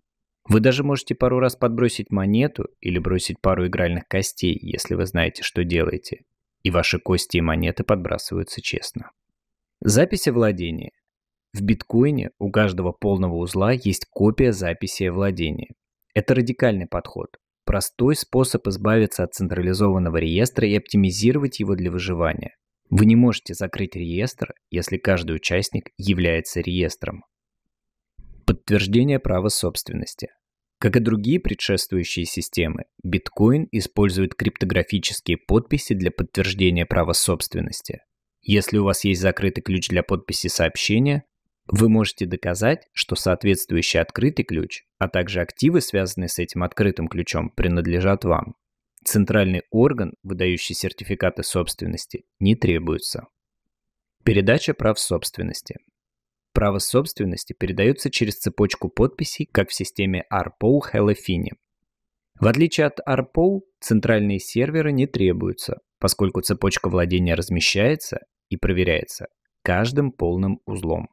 Вы даже можете пару раз подбросить монету или бросить пару игральных костей, если вы знаете, что делаете, и ваши кости и монеты подбрасываются честно. Запись о владении. В биткоине у каждого полного узла есть копия записи о владении. Это радикальный подход. Простой способ избавиться от централизованного реестра и оптимизировать его для выживания. Вы не можете закрыть реестр, если каждый участник является реестром. Подтверждение права собственности. Как и другие предшествующие системы, биткоин использует криптографические подписи для подтверждения права собственности. Если у вас есть закрытый ключ для подписи сообщения, вы можете доказать, что соответствующий открытый ключ, а также активы, связанные с этим открытым ключом, принадлежат вам. Центральный орган, выдающий сертификаты собственности, не требуется. Передача прав собственности. Право собственности передается через цепочку подписей, как в системе RPow-Halophini. В отличие от RPow, центральные серверы не требуются, поскольку цепочка владения размещается и проверяется каждым полным узлом.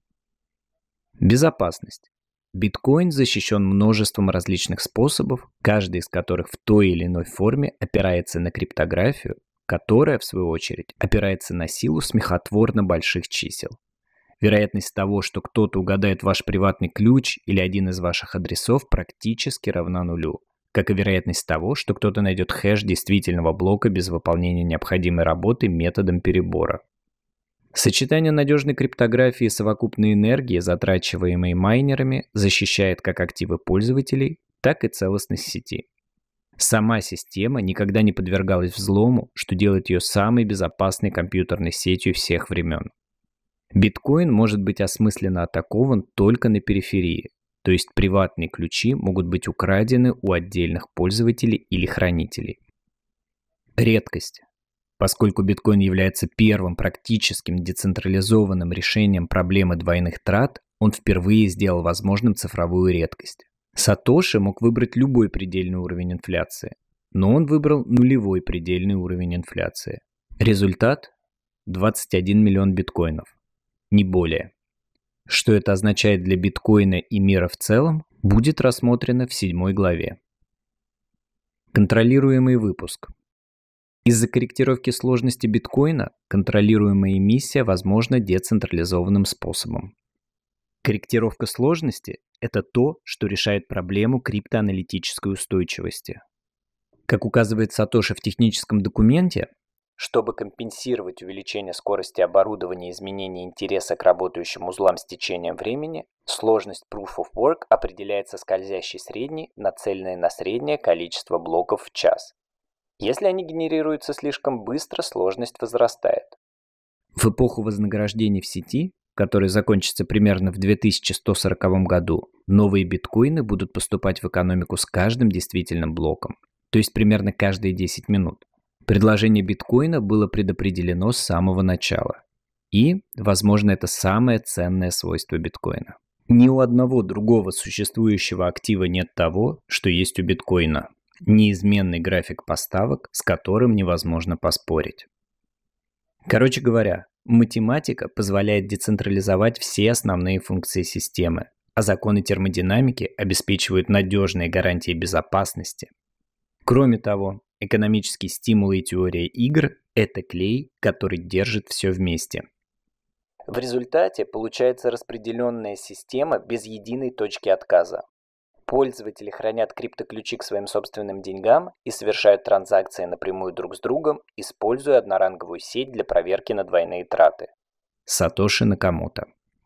Безопасность. Биткоин защищен множеством различных способов, каждый из которых в той или иной форме опирается на криптографию, которая, в свою очередь, опирается на силу смехотворно больших чисел. Вероятность того, что кто-то угадает ваш приватный ключ или один из ваших адресов, практически равна нулю, как и вероятность того, что кто-то найдет хэш действительного блока без выполнения необходимой работы методом перебора. Сочетание надежной криптографии и совокупной энергии, затрачиваемой майнерами, защищает как активы пользователей, так и целостность сети. Сама система никогда не подвергалась взлому, что делает ее самой безопасной компьютерной сетью всех времен. Биткоин может быть осмысленно атакован только на периферии, то есть приватные ключи могут быть украдены у отдельных пользователей или хранителей. Редкость. Поскольку биткоин является первым практическим децентрализованным решением проблемы двойных трат, он впервые сделал возможным цифровую редкость. Сатоши мог выбрать любой предельный уровень инфляции, но он выбрал нулевой предельный уровень инфляции. Результат – 21 миллион биткоинов, не более. Что это означает для биткоина и мира в целом, будет рассмотрено в 7 главе. Контролируемый выпуск. Из-за корректировки сложности биткоина контролируемая эмиссия возможна децентрализованным способом. Корректировка сложности – это то, что решает проблему криптоаналитической устойчивости. Как указывает Сатоши в техническом документе, чтобы компенсировать увеличение скорости оборудования и изменение интереса к работающим узлам с течением времени, сложность Proof of Work определяется скользящей средней, нацеленной на среднее количество блоков в час. Если они генерируются слишком быстро, сложность возрастает. В эпоху вознаграждений в сети, которая закончится примерно в 2140 году, новые биткоины будут поступать в экономику с каждым действительным блоком, то есть примерно каждые 10 минут. Предложение биткоина было предопределено с самого начала. И, возможно, это самое ценное свойство биткоина. Ни у одного другого существующего актива нет того, что есть у биткоина. Неизменный график поставок, с которым невозможно поспорить. Короче говоря, математика позволяет децентрализовать все основные функции системы, а законы термодинамики обеспечивают надежные гарантии безопасности. Кроме того, экономические стимулы и теория игр – это клей, который держит все вместе. В результате получается распределенная система без единой точки отказа. Пользователи хранят криптоключи к своим собственным деньгам и совершают транзакции напрямую друг с другом, используя одноранговую сеть для проверки на двойные траты. Сатоши Накамото.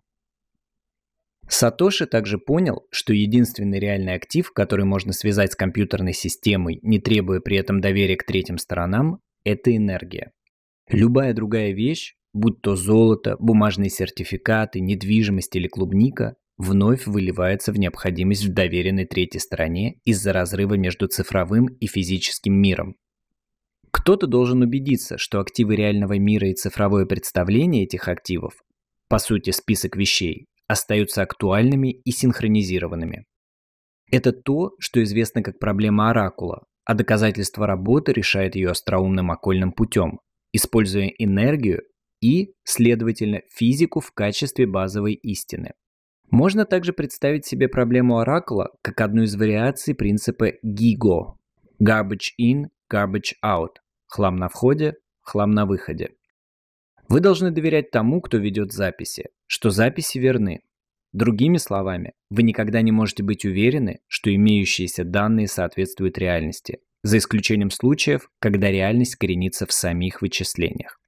Сатоши также понял, что единственный реальный актив, который можно связать с компьютерной системой, не требуя при этом доверия к третьим сторонам, это энергия. Любая другая вещь, будь то золото, бумажные сертификаты, недвижимость или клубника, вновь выливается в необходимость в доверенной третьей стороне из-за разрыва между цифровым и физическим миром. Кто-то должен убедиться, что активы реального мира и цифровое представление этих активов, по сути список вещей, остаются актуальными и синхронизированными. Это то, что известно как проблема оракула, а доказательство работы решает ее остроумным окольным путем, используя энергию и, следовательно, физику в качестве базовой истины. Можно также представить себе проблему оракула как одну из вариаций принципа GIGO – Garbage in, Garbage out – хлам на входе, хлам на выходе. Вы должны доверять тому, кто ведет записи, что записи верны. Другими словами, вы никогда не можете быть уверены, что имеющиеся данные соответствуют реальности, за исключением случаев, когда реальность коренится в самих вычислениях.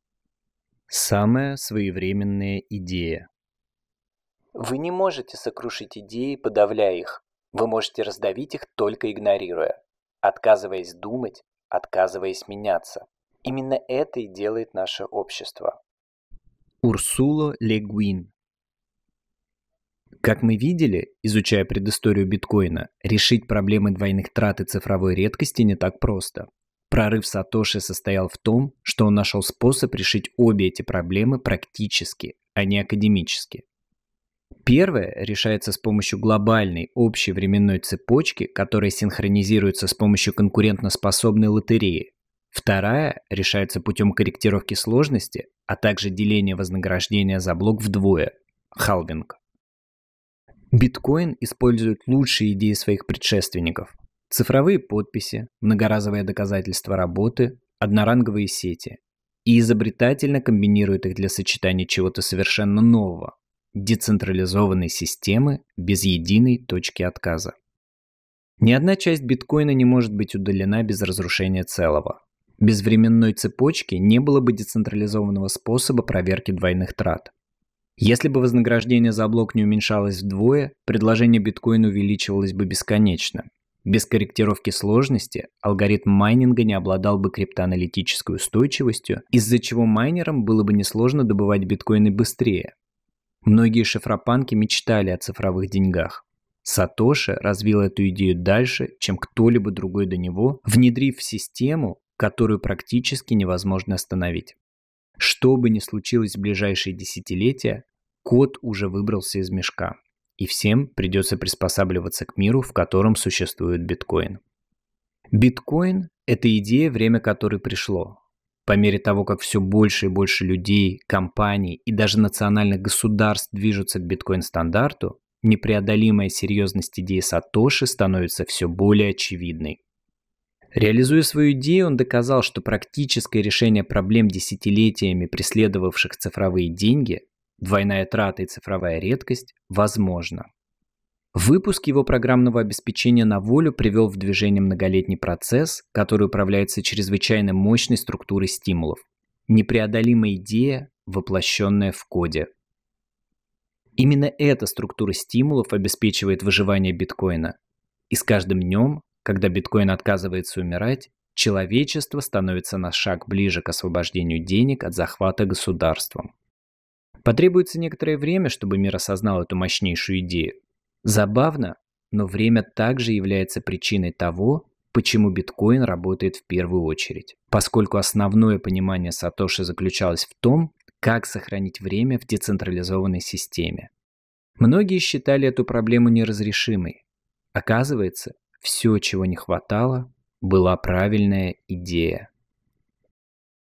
Самая своевременная идея. Вы не можете сокрушить идеи, подавляя их. Вы можете раздавить их, только игнорируя, отказываясь думать, отказываясь меняться. Именно это и делает наше общество. Урсула Ле Гуин. Как мы видели, изучая предысторию биткоина, решить проблемы двойных трат и цифровой редкости не так просто. Прорыв Сатоши состоял в том, что он нашел способ решить обе эти проблемы практически, а не академически. Первое решается с помощью глобальной общей временной цепочки, которая синхронизируется с помощью конкурентоспособной лотереи. Вторая решается путем корректировки сложности, а также деления вознаграждения за блок вдвое – халвинг. Биткоин использует лучшие идеи своих предшественников. Цифровые подписи, многоразовые доказательства работы, одноранговые сети. И изобретательно комбинирует их для сочетания чего-то совершенно нового – децентрализованной системы без единой точки отказа. Ни одна часть биткоина не может быть удалена без разрушения целого. Без временной цепочки не было бы децентрализованного способа проверки двойных трат. Если бы вознаграждение за блок не уменьшалось вдвое, предложение биткоина увеличивалось бы бесконечно. Без корректировки сложности алгоритм майнинга не обладал бы криптоаналитической устойчивостью, из-за чего майнерам было бы несложно добывать биткоины быстрее. Многие шифропанки мечтали о цифровых деньгах. Сатоши развил эту идею дальше, чем кто-либо другой до него, внедрив в систему, которую практически невозможно остановить. Что бы ни случилось в ближайшие десятилетия, кот уже выбрался из мешка, и всем придется приспосабливаться к миру, в котором существует биткоин. Биткоин – это идея, время которой пришло. По мере того, как все больше и больше людей, компаний и даже национальных государств движутся к биткоин-стандарту, непреодолимая серьезность идеи Сатоши становится все более очевидной. Реализуя свою идею, он доказал, что практическое решение проблем десятилетиями преследовавших цифровые деньги, двойная трата и цифровая редкость, возможно. Выпуск его программного обеспечения на волю привел в движение многолетний процесс, который управляется чрезвычайно мощной структурой стимулов. Непреодолимая идея, воплощенная в коде. Именно эта структура стимулов обеспечивает выживание биткоина. И с каждым днем, когда биткоин отказывается умирать, человечество становится на шаг ближе к освобождению денег от захвата государством. Потребуется некоторое время, чтобы мир осознал эту мощнейшую идею. Забавно, но время также является причиной того, почему биткоин работает в первую очередь, поскольку основное понимание Сатоши заключалось в том, как сохранить время в децентрализованной системе. Многие считали эту проблему неразрешимой. Оказывается, все, чего не хватало, была правильная идея.